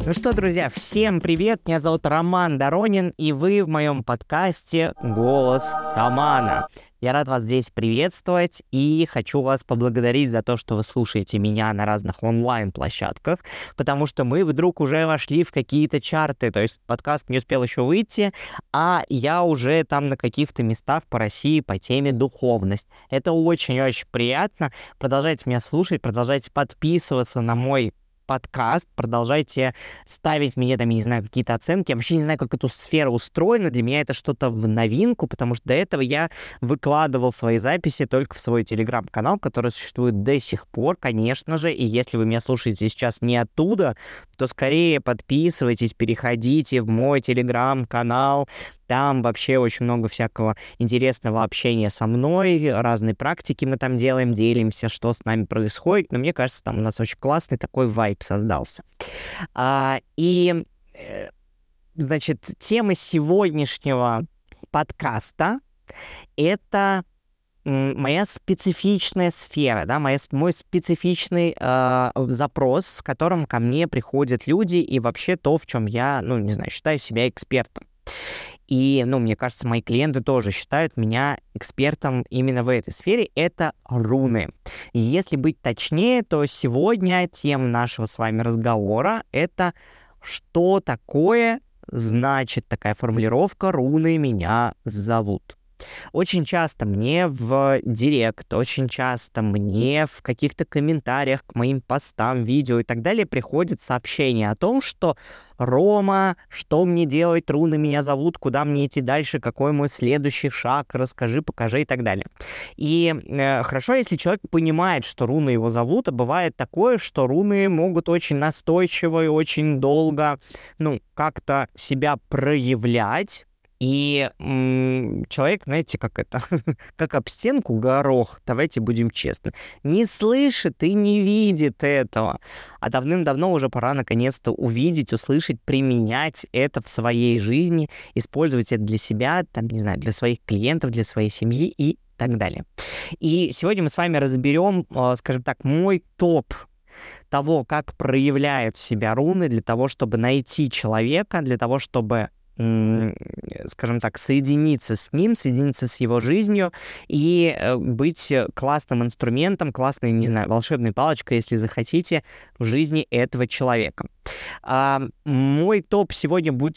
Ну что, друзья, всем привет! Меня зовут Роман Доронин, и вы в моем подкасте «Голос Романа». Я рад вас здесь приветствовать и хочу вас поблагодарить за то, что вы слушаете меня на разных онлайн-площадках, потому что мы вдруг уже вошли в какие-то чарты, то есть подкаст не успел еще выйти, а я уже там на каких-то местах по России по теме духовность. Это очень-очень приятно. Продолжайте меня слушать, продолжайте подписываться на мой подкаст, продолжайте ставить мне там, я не знаю, какие-то оценки. Я вообще не знаю, как эту сфера устроена. Для меня это что-то в новинку, потому что до этого я выкладывал свои записи только в свой телеграм-канал, который существует до сих пор, конечно же. И если вы меня слушаете сейчас не оттуда, то скорее подписывайтесь, переходите в мой телеграм-канал. Там вообще очень много всякого интересного общения со мной, разные практики мы там делаем, делимся, что с нами происходит. Но мне кажется, там у нас очень классный такой вайб создался. Значит, тема сегодняшнего подкаста — это моя специфичная сфера, да, мой специфичный запрос, с которым ко мне приходят люди, и вообще то, в чем я, считаю себя экспертом. И, мне кажется, мои клиенты тоже считают меня экспертом именно в этой сфере. Это руны. И если быть точнее, то сегодня тема нашего с вами разговора — это что такое значит такая формулировка «руны меня зовут». Очень часто мне в директ, очень часто мне в каких-то комментариях к моим постам, видео и так далее приходит сообщение о том, что «Рома, что мне делать? Руны меня зовут, куда мне идти дальше, какой мой следующий шаг, расскажи, покажи» и так далее. И хорошо, если человек понимает, что руны его зовут, а бывает такое, что руны могут очень настойчиво и очень долго, как-то себя проявлять. И человек, знаете, как об стенку горох, давайте будем честны, не слышит и не видит этого. А давным-давно уже пора наконец-то увидеть, услышать, применять это в своей жизни, использовать это для себя, для своих клиентов, для своей семьи и так далее. И сегодня мы с вами разберем, скажем так, мой топ того, как проявляют себя руны для того, чтобы найти человека, для того, чтобы скажем так, соединиться с ним, соединиться с его жизнью и быть классным инструментом, классной, волшебной палочкой, если захотите, в жизни этого человека. Мой топ сегодня будет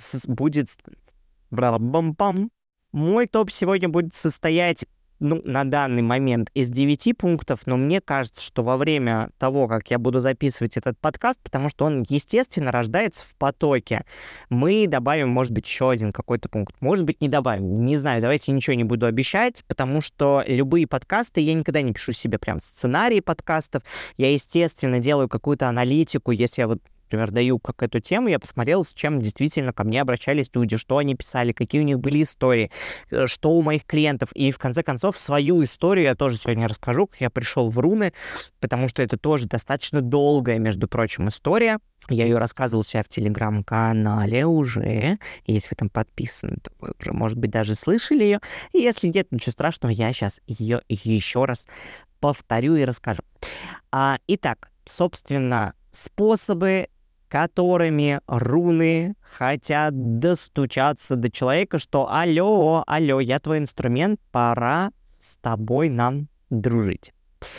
состоять на данный момент из 9 пунктов, но мне кажется, что во время того, как я буду записывать этот подкаст, потому что он, естественно, рождается в потоке, мы добавим, может быть, еще один какой-то пункт. Может быть, не добавим. Не знаю, давайте ничего не буду обещать, потому что любые подкасты, я никогда не пишу себе прям сценарии подкастов. Я, естественно, делаю какую-то аналитику, если я например, даю как эту тему, я посмотрел, с чем действительно ко мне обращались люди, что они писали, какие у них были истории, что у моих клиентов. И, в конце концов, свою историю я тоже сегодня расскажу, как я пришел в руны, потому что это тоже достаточно долгая, между прочим, история. Я ее рассказывал у себя в телеграм-канале уже. Если вы там подписаны, то вы уже, может быть, даже слышали ее. И если нет, ничего страшного, я сейчас ее еще раз повторю и расскажу. Итак, собственно, способы, которыми руны хотят достучаться до человека, что алло, я твой инструмент, пора с тобой нам дружить.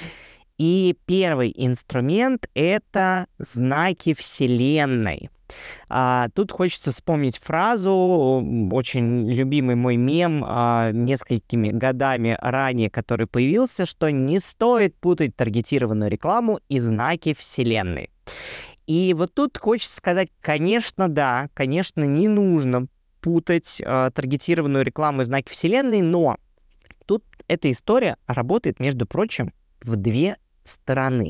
И первый инструмент — это знаки Вселенной. Тут хочется вспомнить фразу, очень любимый мой мем несколькими годами ранее, который появился, что не стоит путать таргетированную рекламу и знаки Вселенной. И вот тут хочется сказать, конечно, да, конечно, не нужно путать таргетированную рекламу и знаки Вселенной, но тут эта история работает, между прочим, в две стороны.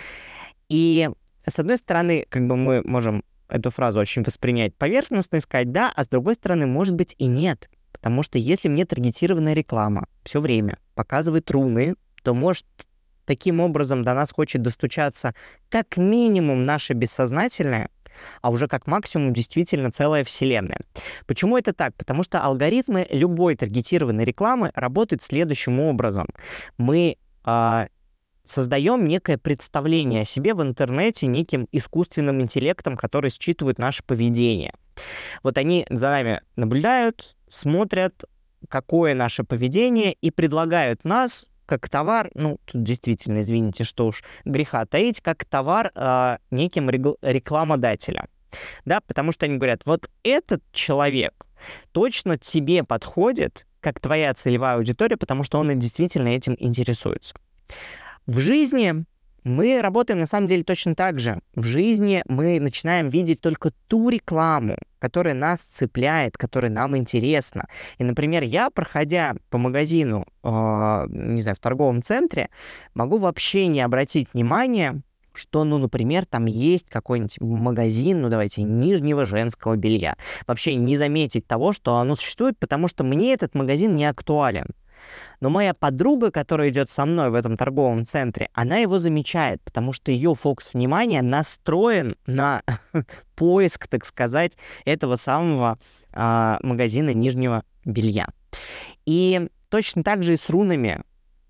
И с одной стороны, мы можем эту фразу очень воспринять поверхностно и сказать «да», а с другой стороны, может быть, и нет. Потому что если мне таргетированная реклама все время показывает руны, то, может, таким образом до нас хочет достучаться как минимум наше бессознательное, а уже как максимум действительно целая вселенная. Почему это так? Потому что алгоритмы любой таргетированной рекламы работают следующим образом. Мы создаем некое представление о себе в интернете неким искусственным интеллектом, который считывает наше поведение. Вот они за нами наблюдают, смотрят, какое наше поведение, и предлагают нас как товар, тут действительно, извините, что уж греха таить, как товар неким рекламодателям. Да, потому что они говорят, вот этот человек точно тебе подходит, как твоя целевая аудитория, потому что он действительно этим интересуется. В жизни мы работаем на самом деле точно так же. В жизни мы начинаем видеть только ту рекламу, которая нас цепляет, которая нам интересна. И, например, я, проходя по магазину, в торговом центре, могу вообще не обратить внимания, что, например, там есть какой-нибудь магазин, нижнего женского белья. Вообще не заметить того, что оно существует, потому что мне этот магазин не актуален. Но моя подруга, которая идет со мной в этом торговом центре, она его замечает, потому что ее фокус внимания настроен на поиск, так сказать, этого самого магазина нижнего белья. И точно так же и с рунами.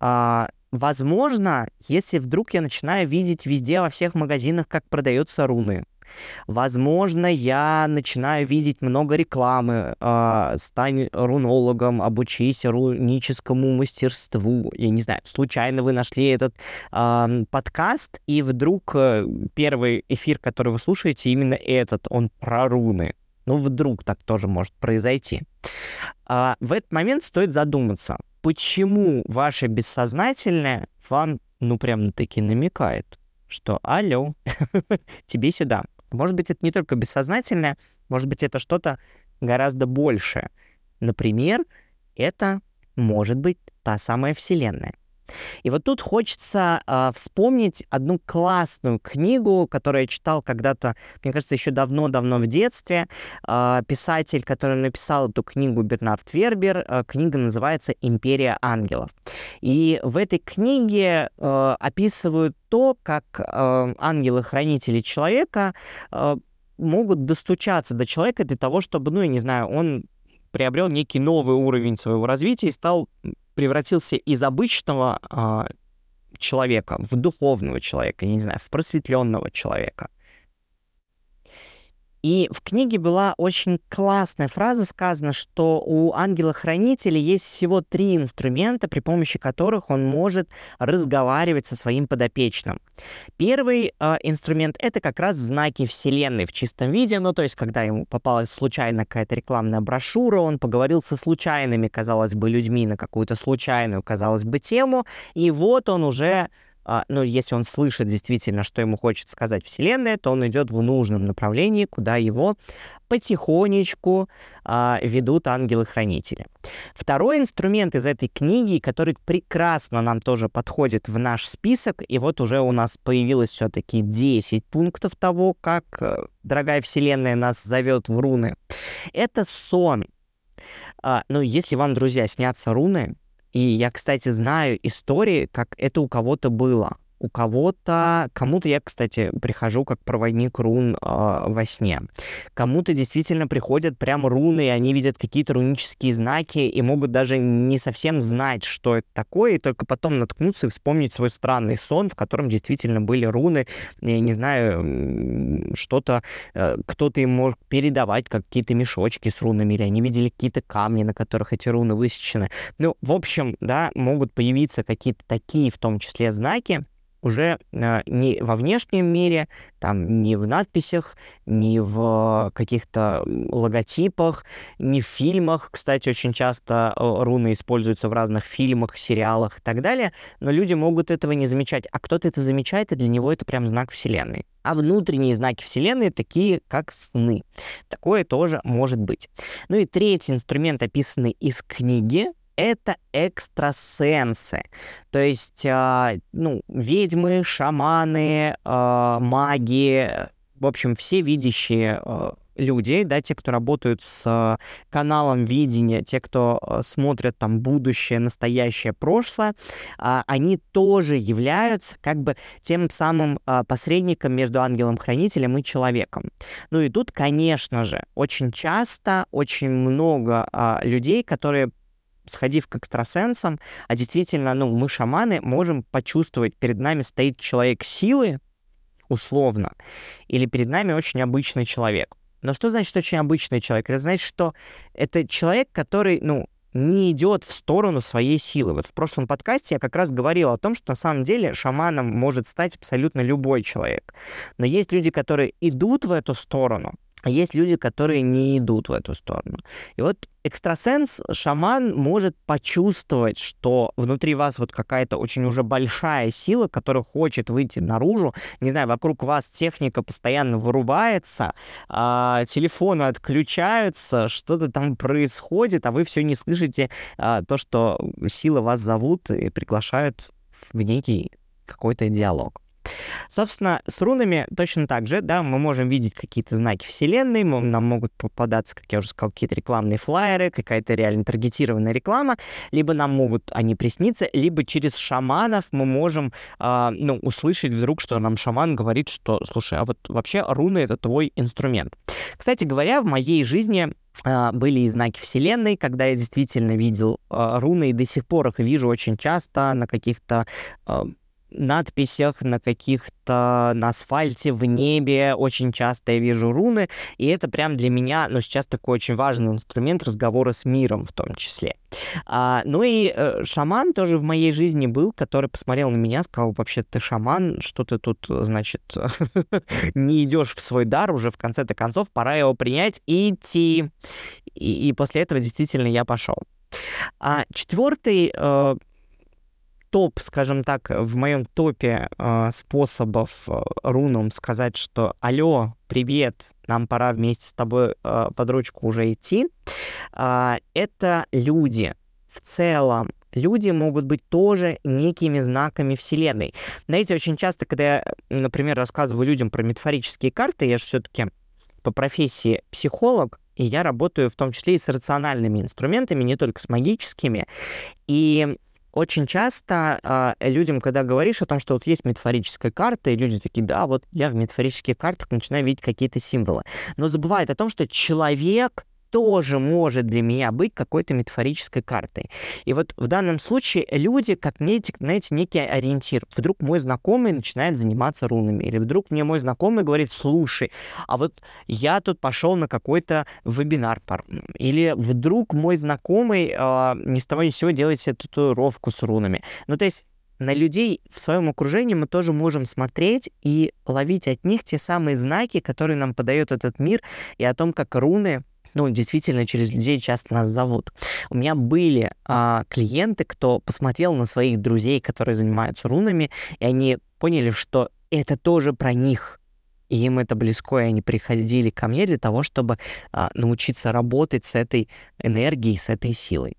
Возможно, если вдруг я начинаю видеть везде, во всех магазинах, как продаются руны, возможно, я начинаю видеть много рекламы, стань рунологом, обучись руническому мастерству. Я не знаю, случайно вы нашли этот подкаст, и вдруг первый эфир, который вы слушаете, именно этот, он про руны. Вдруг так тоже может произойти. В этот момент стоит задуматься, почему ваше бессознательное вам, прям-таки намекает, что алло, тебе сюда. Может быть, это не только бессознательное, может быть, это что-то гораздо большее. Например, это может быть та самая Вселенная. И вот тут хочется вспомнить одну классную книгу, которую я читал когда-то, мне кажется, еще давно-давно в детстве. Писатель, который написал эту книгу, Бернард Вербер, книга называется «Империя ангелов». И в этой книге описывают то, как ангелы-хранители человека могут достучаться до человека для того, чтобы, он приобрел некий новый уровень своего развития и превратился из обычного человека в духовного человека, в просветленного человека. И в книге была очень классная фраза сказана, что у ангела-хранителя есть всего 3 инструмента, при помощи которых он может разговаривать со своим подопечным. Первый инструмент — это как раз знаки Вселенной в чистом виде, то есть когда ему попалась случайно какая-то рекламная брошюра, он поговорил со случайными, казалось бы, людьми на какую-то случайную, казалось бы, тему, и вот он уже... если он слышит действительно, что ему хочет сказать Вселенная, то он идет в нужном направлении, куда его потихонечку ведут ангелы-хранители. Второй инструмент из этой книги, который прекрасно нам тоже подходит в наш список, и вот уже у нас появилось все-таки 10 пунктов того, как дорогая Вселенная нас зовет в руны, это сон. Если вам, друзья, снятся руны, и я, кстати, знаю истории, как это у кого-то было. Кому-то я, кстати, прихожу как проводник рун во сне. Кому-то действительно приходят прям руны, и они видят какие-то рунические знаки, и могут даже не совсем знать, что это такое, и только потом наткнуться и вспомнить свой странный сон, в котором действительно были руны. Я не знаю, что-то, кто-то им мог передавать, как какие-то мешочки с рунами, или они видели какие-то камни, на которых эти руны высечены. В общем, да, могут появиться какие-то такие, в том числе, знаки, уже не во внешнем мире, не в надписях, не в каких-то логотипах, не в фильмах. Кстати, очень часто руны используются в разных фильмах, сериалах и так далее, но люди могут этого не замечать. А кто-то это замечает, и для него это прям знак Вселенной. А внутренние знаки Вселенной такие, как сны. Такое тоже может быть. И третий инструмент, описанный из книги, это экстрасенсы, то есть, ведьмы, шаманы, маги, в общем, все видящие люди, да, те, кто работают с каналом видения, те, кто смотрят там будущее, настоящее, прошлое, они тоже являются как бы тем самым посредником между ангелом-хранителем и человеком. И тут, конечно же, очень часто очень много людей, которые сходив к экстрасенсам, а действительно, мы, шаманы, можем почувствовать, перед нами стоит человек силы, условно, или перед нами очень обычный человек. Но что значит очень обычный человек? Это значит, что это человек, который, не идет в сторону своей силы. Вот в прошлом подкасте я как раз говорил о том, что на самом деле шаманом может стать абсолютно любой человек. Но есть люди, которые идут в эту сторону, а есть люди, которые не идут в эту сторону. И вот экстрасенс, шаман может почувствовать, что внутри вас вот какая-то очень уже большая сила, которая хочет выйти наружу. Не знаю, вокруг вас техника постоянно вырубается, телефоны отключаются, что-то там происходит, а вы все не слышите то, что силы вас зовут и приглашают в некий какой-то диалог. Собственно, с рунами точно так же, да, мы можем видеть какие-то знаки Вселенной, нам могут попадаться, как я уже сказал, какие-то рекламные флаеры, какая-то реально таргетированная реклама, либо нам могут они присниться, либо через шаманов мы можем, услышать вдруг, что нам шаман говорит, что, слушай, а вот вообще руны — это твой инструмент. Кстати говоря, в моей жизни были и знаки Вселенной, когда я действительно видел руны, и до сих пор их вижу очень часто на каких-то надписях, на асфальте, в небе. Очень часто я вижу руны, и это прям для меня, сейчас такой очень важный инструмент разговора с миром в том числе. Шаман тоже в моей жизни был, который посмотрел на меня, сказал: вообще, ты шаман, что ты тут, значит, не идешь в свой дар, уже в конце-то концов пора его принять и идти. И после этого действительно я пошел. Четвертый топ, скажем так, в моем топе способов рунам сказать, что алло, привет, нам пора вместе с тобой под ручку уже идти, это люди. В целом, люди могут быть тоже некими знаками Вселенной. Знаете, очень часто, когда я, например, рассказываю людям про метафорические карты, я же все-таки по профессии психолог, и я работаю в том числе и с рациональными инструментами, не только с магическими, и очень часто людям, когда говоришь о том, что вот есть метафорическая карта, и люди такие: да, вот я в метафорических картах начинаю видеть какие-то символы. Но забывают о том, что человек тоже может для меня быть какой-то метафорической картой. И вот в данном случае люди, как, знаете, некий ориентир. Вдруг мой знакомый начинает заниматься рунами, или вдруг мне мой знакомый говорит: слушай, а вот я тут пошел на какой-то вебинар по рунам. Или вдруг мой знакомый ни с того ни с сего делает себе татуировку с рунами. То есть на людей в своем окружении мы тоже можем смотреть и ловить от них те самые знаки, которые нам подает этот мир, и о том, как руны действительно через людей часто нас зовут. У меня были клиенты, кто посмотрел на своих друзей, которые занимаются рунами, и они поняли, что это тоже про них. И им это близко, и они приходили ко мне для того, чтобы научиться работать с этой энергией, с этой силой.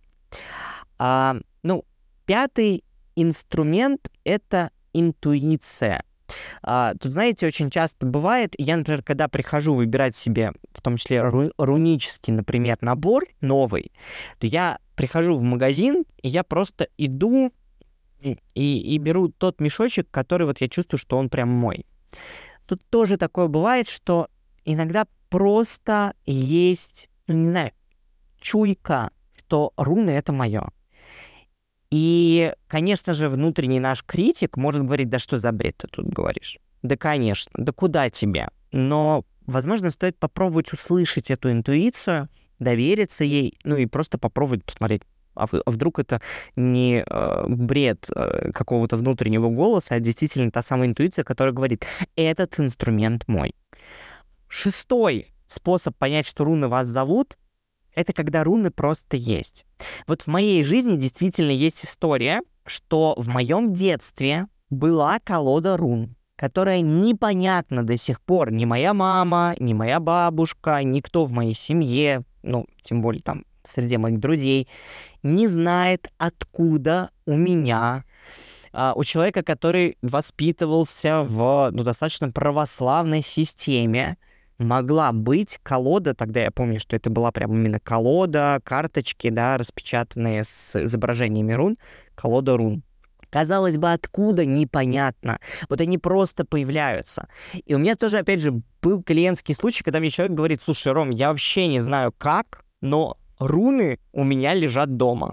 Пятый инструмент — это интуиция. Тут, знаете, очень часто бывает, я, например, когда прихожу выбирать себе, в том числе рунический, например, набор новый, то я прихожу в магазин, и я просто иду и беру тот мешочек, который вот я чувствую, что он прям мой. Тут тоже такое бывает, что иногда просто есть, чуйка, что руны — это мое. И, конечно же, внутренний наш критик может говорить: да что за бред ты тут говоришь? Да, конечно, да куда тебе? Но, возможно, стоит попробовать услышать эту интуицию, довериться ей, и просто попробовать посмотреть, а вдруг это не бред какого-то внутреннего голоса, а действительно та самая интуиция, которая говорит: этот инструмент мой. Шестой способ понять, что руны вас зовут, это когда руны просто есть. Вот в моей жизни действительно есть история, что в моем детстве была колода рун, которая непонятна до сих пор. Ни моя мама, ни моя бабушка, никто в моей семье, тем более там среди моих друзей, не знает, откуда у меня, у человека, который воспитывался в достаточно православной системе, могла быть колода. Тогда я помню, что это была прям именно колода, карточки, да, распечатанные с изображениями рун, колода рун. Казалось бы, откуда, непонятно. Вот они просто появляются. И у меня тоже, опять же, был клиентский случай, когда мне человек говорит: слушай, Ром, я вообще не знаю как, но руны у меня лежат дома.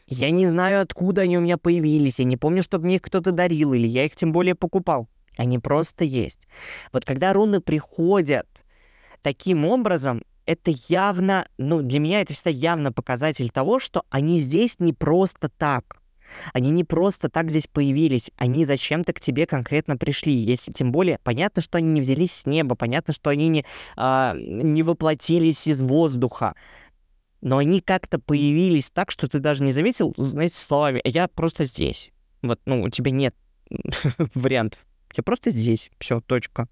Я не знаю, откуда они у меня появились, я не помню, чтобы мне их кто-то дарил, или я их тем более покупал. Они просто есть. Вот когда руны приходят таким образом, это явно, для меня это всегда явно показатель того, что они здесь не просто так. Они не просто так здесь появились, они зачем-то к тебе конкретно пришли. Если тем более, понятно, что они не взялись с неба, понятно, что они не воплотились из воздуха, но они как-то появились так, что ты даже не заметил, знаете, словами, я просто здесь. Вот, у тебя нет вариантов. Я просто здесь. Все, точка.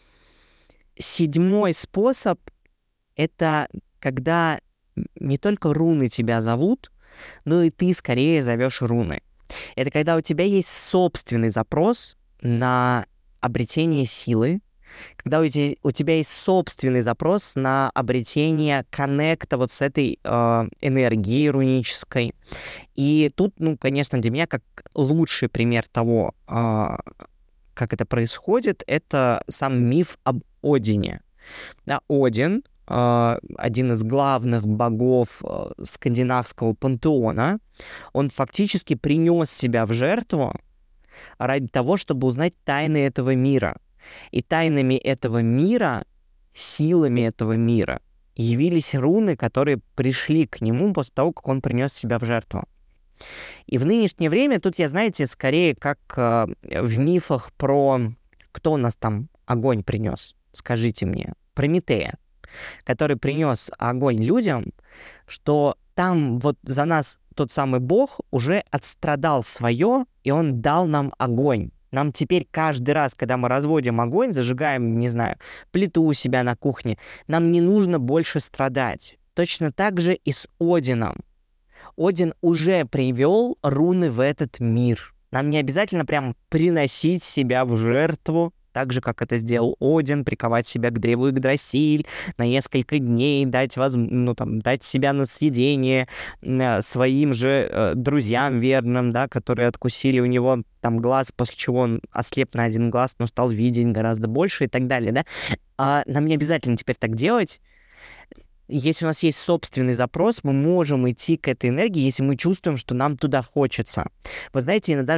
7-й способ — это когда не только руны тебя зовут, но и ты скорее зовешь руны. Это когда у тебя есть собственный запрос на обретение силы, когда у тебя есть собственный запрос на обретение коннекта вот с этой энергией рунической. И тут, конечно, для меня как лучший пример того, как это происходит, это сам миф об Одине. Да, Один — один из главных богов скандинавского пантеона, он фактически принес себя в жертву ради того, чтобы узнать тайны этого мира. И тайнами этого мира, силами этого мира явились руны, которые пришли к нему после того, как он принес себя в жертву. И в нынешнее время тут я, знаете, скорее как в мифах про... Кто у нас там огонь принес? Скажите мне. Прометея, который принес огонь людям, что там вот за нас тот самый бог уже отстрадал свое, и он дал нам огонь. Нам теперь каждый раз, когда мы разводим огонь, зажигаем, не знаю, плиту у себя на кухне, нам не нужно больше страдать. Точно так же и с Одином. Один уже привел руны в этот мир. Нам не обязательно прям приносить себя в жертву, так же, как это сделал Один, приковать себя к древу Игдрасиль, на несколько дней дать себя на съедение своим же друзьям верным, да, которые откусили у него там глаз, после чего он ослеп на один глаз, но стал видеть гораздо больше и так далее, да. Нам не обязательно теперь так делать. Если у нас есть собственный запрос, мы можем идти к этой энергии, если мы чувствуем, что нам туда хочется. Вы знаете, иногда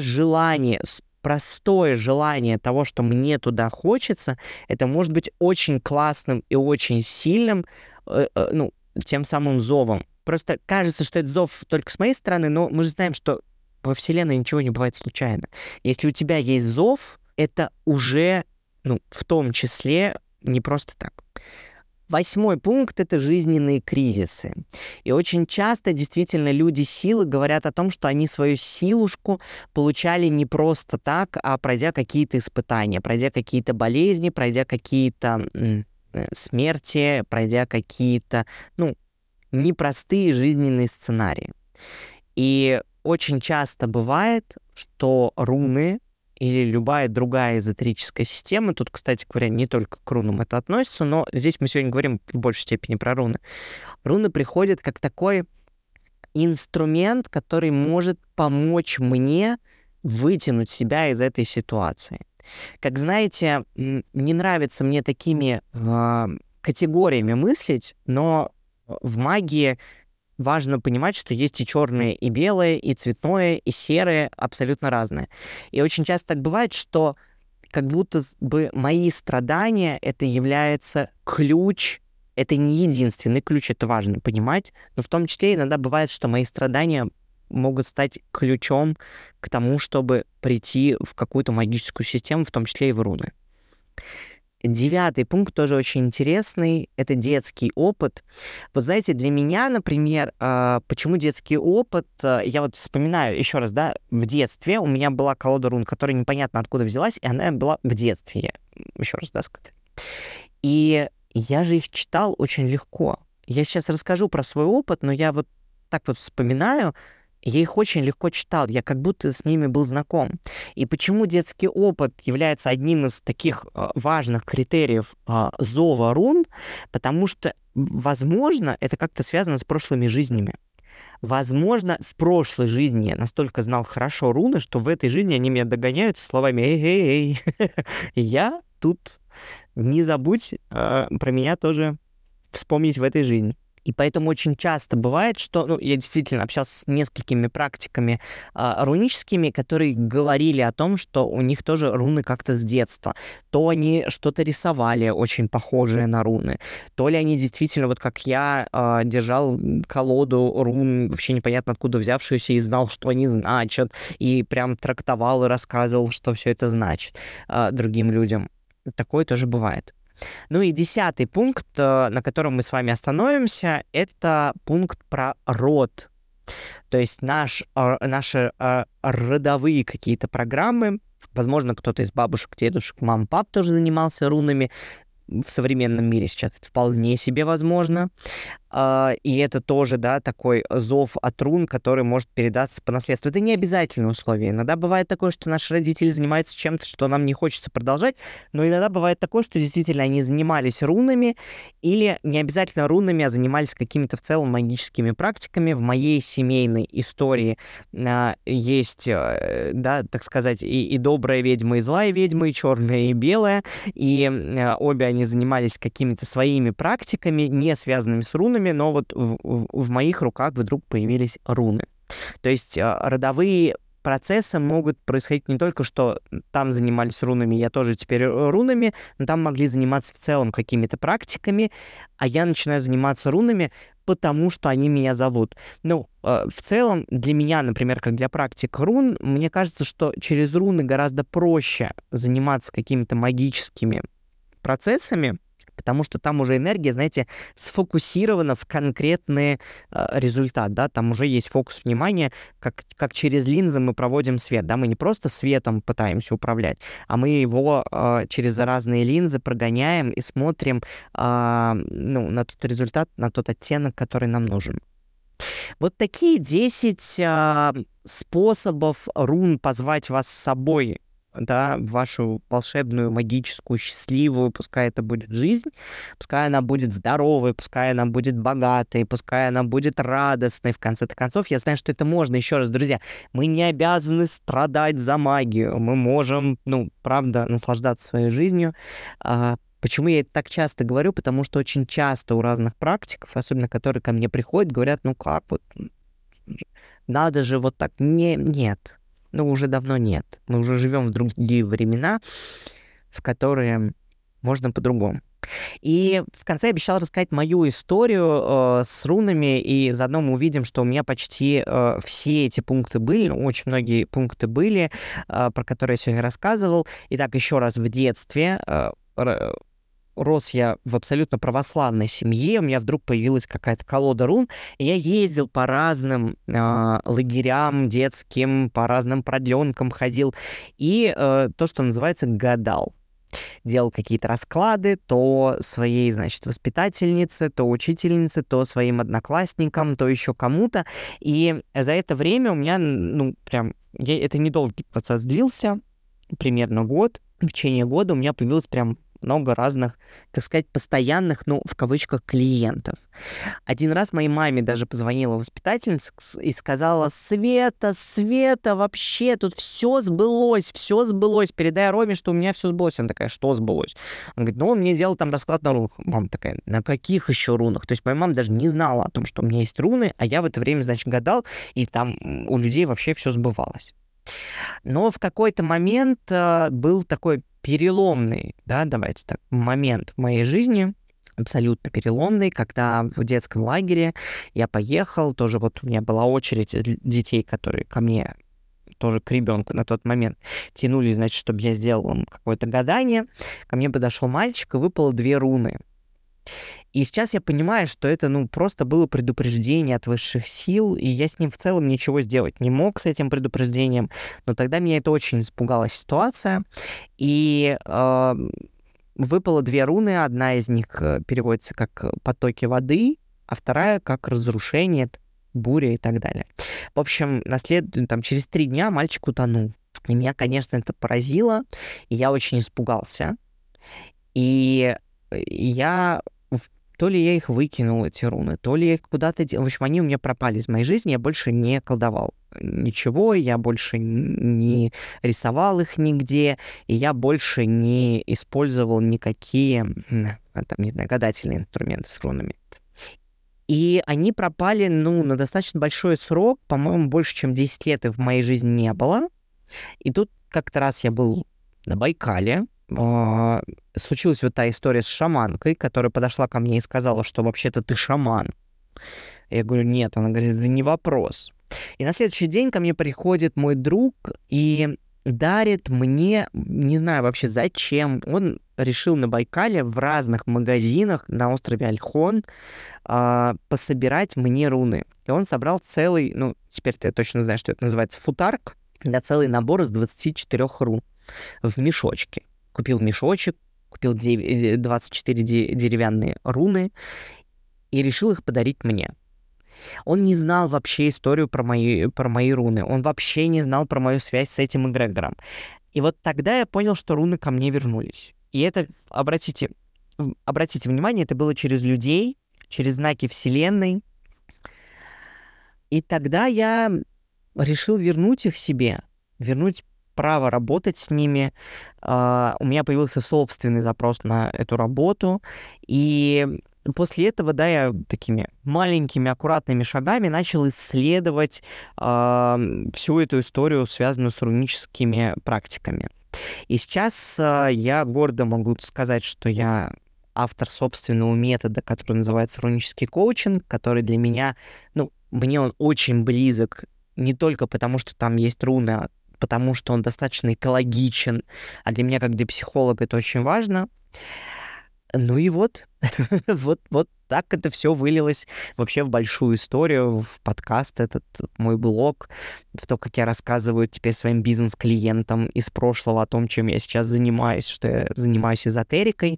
простое желание того, что мне туда хочется, это может быть очень классным и очень сильным, тем самым зовом. Просто кажется, что это зов только с моей стороны, но мы же знаем, что во Вселенной ничего не бывает случайно. Если у тебя есть зов, это уже, в том числе, не просто так. 8-й пункт — это жизненные кризисы. И очень часто действительно люди силы говорят о том, что они свою силушку получали не просто так, а пройдя какие-то испытания, пройдя какие-то болезни, пройдя какие-то смерти, пройдя какие-то, непростые жизненные сценарии. И очень часто бывает, что руны или любая другая эзотерическая система, тут, кстати говоря, не только к рунам это относится, но здесь мы сегодня говорим в большей степени про руны. Руны приходят как такой инструмент, который может помочь мне вытянуть себя из этой ситуации. Как знаете, не нравится мне такими категориями мыслить, но в магии важно понимать, что есть и черное, и белое, и цветное, и серое, абсолютно разное. И очень часто так бывает, что как будто бы мои страдания — это является ключ, это не единственный ключ, это важно понимать, но в том числе иногда бывает, что мои страдания могут стать ключом к тому, чтобы прийти в какую-то магическую систему, в том числе и в руны. 9-й пункт тоже очень интересный, это детский опыт. Вот знаете, для меня, например, почему детский опыт, я вот вспоминаю еще раз, да, в детстве у меня была колода рун, которая непонятно откуда взялась, и она была в детстве, еще раз, да, сказать. И я же их читал очень легко. Я сейчас расскажу про свой опыт, но я вот так вот вспоминаю, я их очень легко читал, я как будто с ними был знаком. И почему детский опыт является одним из таких важных критериев зова рун? Потому что, возможно, это как-то связано с прошлыми жизнями. Возможно, в прошлой жизни я настолько знал хорошо руны, что в этой жизни они меня догоняют словами «Эй-эй-эй, я тут, не забудь про меня тоже вспомнить в этой жизни». И поэтому очень часто бывает, что, ну, я действительно общался с несколькими практиками руническими, которые говорили о том, что у них тоже руны как-то с детства. То они что-то рисовали очень похожее на руны, то ли они действительно, вот как я, держал колоду рун, вообще непонятно откуда взявшуюся, и знал, что они значат, и прям трактовал и рассказывал, что все это значит другим людям. Такое тоже бывает. Ну и 10-й пункт, на котором мы с вами остановимся, это пункт про род. То есть наши родовые какие-то программы. Возможно, кто-то из бабушек, дедушек, мам, пап тоже занимался рунами. В современном мире сейчас это вполне себе возможно. И это тоже, да, такой зов от рун, который может передаться по наследству. Это не обязательное условие. Иногда бывает такое, что наши родители занимаются чем-то, что нам не хочется продолжать, но иногда бывает такое, что действительно они занимались рунами, или не обязательно рунами, а занимались какими-то в целом магическими практиками. В моей семейной истории есть, да, так сказать, и добрая ведьма, и злая ведьма, и черная, и белая, и обе они занимались какими-то своими практиками, не связанными с рунами, но вот в моих руках вдруг появились руны. То есть родовые процессы могут происходить не только, что там занимались рунами, я тоже теперь рунами, но там могли заниматься в целом какими-то практиками, а я начинаю заниматься рунами, потому что они меня зовут. Ну, в целом, для меня, например, как для практик рун, мне кажется, что через руны гораздо проще заниматься какими-то магическими процессами, потому что там уже энергия, знаете, сфокусирована в конкретный результат, да, там уже есть фокус внимания, как через линзы мы проводим свет, да, мы не просто светом пытаемся управлять, а мы его через разные линзы прогоняем и смотрим ну, на тот результат, на тот оттенок, который нам нужен. Вот такие 10 способов рун позвать вас с собой, да, в вашу волшебную, магическую, счастливую, пускай это будет жизнь, пускай она будет здоровой, пускай она будет богатой, пускай она будет радостной, в конце концов. Я знаю, что это можно. Еще раз, друзья, мы не обязаны страдать за магию. Мы можем, ну, правда, наслаждаться своей жизнью. Почему я это так часто говорю? Потому что очень часто у разных практиков, особенно которые ко мне приходят, говорят, ну как, вот, надо же вот так. Нет. Ну, уже давно нет. Мы уже живем в другие времена, в которые можно по-другому. И в конце обещал рассказать мою историю с рунами, и заодно мы увидим, что у меня почти все эти пункты были, ну, очень многие пункты были, про которые я сегодня рассказывал. Итак, еще раз, в детстве рос я в абсолютно православной семье, у меня вдруг появилась какая-то колода рун, и я ездил по разным лагерям детским, по разным продленкам ходил, и то, что называется, гадал. Делал какие-то расклады, то своей, значит, воспитательнице, то учительнице, то своим одноклассникам, то еще кому-то, и за это время у меня, ну, прям, это недолгий процесс длился, примерно год, в течение года у меня появилось прям много разных, так сказать, постоянных, ну, в кавычках, клиентов. Один раз моей маме даже позвонила воспитательница и сказала: Света, вообще тут все сбылось, передай Роме, что у меня все сбылось. Она такая: что сбылось? Она говорит: ну, он мне делал там расклад на рунах. Мама такая: на каких еще рунах? То есть моя мама даже не знала о том, что у меня есть руны, а я в это время, значит, гадал, и там у людей вообще все сбывалось. Но в какой-то момент был такой переломный, да, давайте так, момент в моей жизни, абсолютно переломный, когда в детском лагере я поехал, тоже вот у меня была очередь детей, которые ко мне, тоже к ребенку на тот момент, тянулись, значит, чтобы я сделал им какое-то гадание. Ко мне подошел мальчик, и выпало 2 руны. И сейчас я понимаю, что это, ну, просто было предупреждение от высших сил, и я с ним в целом ничего сделать не мог, с этим предупреждением. Но тогда меня это очень испугала ситуация. И выпало 2 руны. Одна из них переводится как «потоки воды», а вторая как «разрушение», «буря» и так далее. В общем, там, через 3 дня мальчик утонул. И меня, конечно, это поразило, и я очень испугался. И я... То ли я их выкинул, эти руны, то ли я их куда-то делал. В общем, они у меня пропали из моей жизни, я больше не колдовал ничего, я больше не рисовал их нигде, и я больше не использовал никакие, там, не знаю, гадательные инструменты с рунами. И они пропали, на достаточно большой срок, по-моему, больше, чем 10 лет их в моей жизни не было. И тут как-то раз я был на Байкале, случилась вот та история с шаманкой, которая подошла ко мне и сказала, что вообще-то ты шаман. Я говорю, нет. Она говорит, это не вопрос. И на следующий день ко мне приходит мой друг и дарит мне, не знаю вообще зачем, он решил на Байкале в разных магазинах на острове Ольхон пособирать мне руны. И он собрал целый, теперь-то я точно знаю, что это называется, футарк, да, целый набор из 24 рун в мешочке. Купил мешочек, купил 24 деревянные руны и решил их подарить мне. Он не знал вообще историю про мои руны. Он вообще не знал про мою связь с этим эгрегором. И вот тогда я понял, что руны ко мне вернулись. И это, обратите внимание, это было через людей, через знаки Вселенной. И тогда я решил вернуть их себе, вернуть право работать с ними. У меня появился собственный запрос на эту работу. И после этого, да, я такими маленькими, аккуратными шагами начал исследовать всю эту историю, связанную с руническими практиками. И сейчас я гордо могу сказать, что я автор собственного метода, который называется рунический коучинг, который для меня, мне он очень близок, не только потому, что там есть руны, а потому что он достаточно экологичен, а для меня, как для психолога, это очень важно. И вот так это все вылилось вообще в большую историю, в подкаст этот, мой блог, в то, как я рассказываю теперь своим бизнес-клиентам из прошлого о том, чем я сейчас занимаюсь, что я занимаюсь эзотерикой.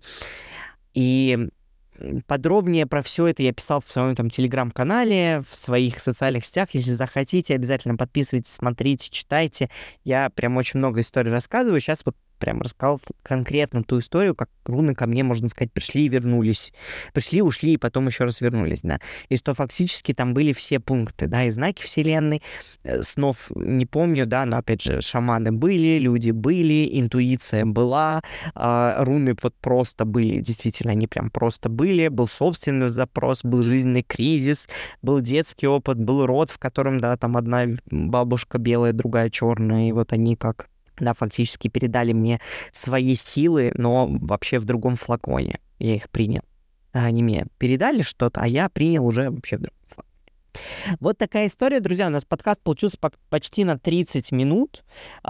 И подробнее про все это я писал в своем телеграм-канале, в своих социальных сетях. Если захотите, обязательно подписывайтесь, смотрите, читайте. Я прям очень много историй рассказываю. Сейчас вот прям рассказал конкретно ту историю, как руны ко мне, можно сказать, пришли и вернулись. Пришли, ушли и потом еще раз вернулись, да. И что фактически там были все пункты, да, и знаки Вселенной. Снов не помню, да, но опять же, шаманы были, люди были, интуиция была, руны вот просто были, действительно, они прям просто были. Был собственный запрос, был жизненный кризис, был детский опыт, был род, в котором, да, там одна бабушка белая, другая черная, и вот они как... Да, фактически передали мне свои силы, но вообще в другом флаконе. Я их принял. Они мне передали что-то, а я принял уже вообще в другом флаконе. Вот такая история, друзья. У нас подкаст получился почти на 30 минут.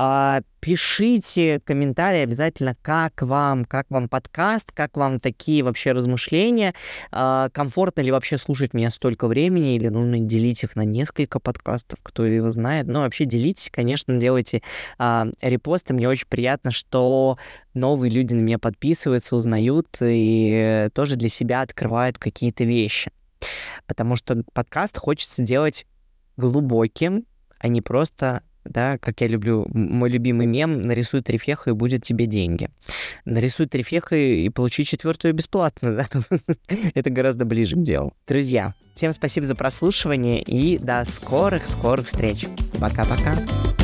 Пишите комментарии обязательно, как вам подкаст, как вам такие вообще размышления. Комфортно ли вообще слушать меня столько времени, или нужно делить их на несколько подкастов, кто его знает. Вообще делитесь, конечно, делайте репосты. Мне очень приятно, что новые люди на меня подписываются, узнают и тоже для себя открывают какие-то вещи. Потому что подкаст хочется делать глубоким, а не просто, да, как я люблю, мой любимый мем, нарисуй 3 феха и будет тебе деньги. Нарисуй 3 феха и получи 4-ю бесплатно, да? Это гораздо ближе к делу. Друзья, всем спасибо за прослушивание и до скорых встреч. Пока-пока.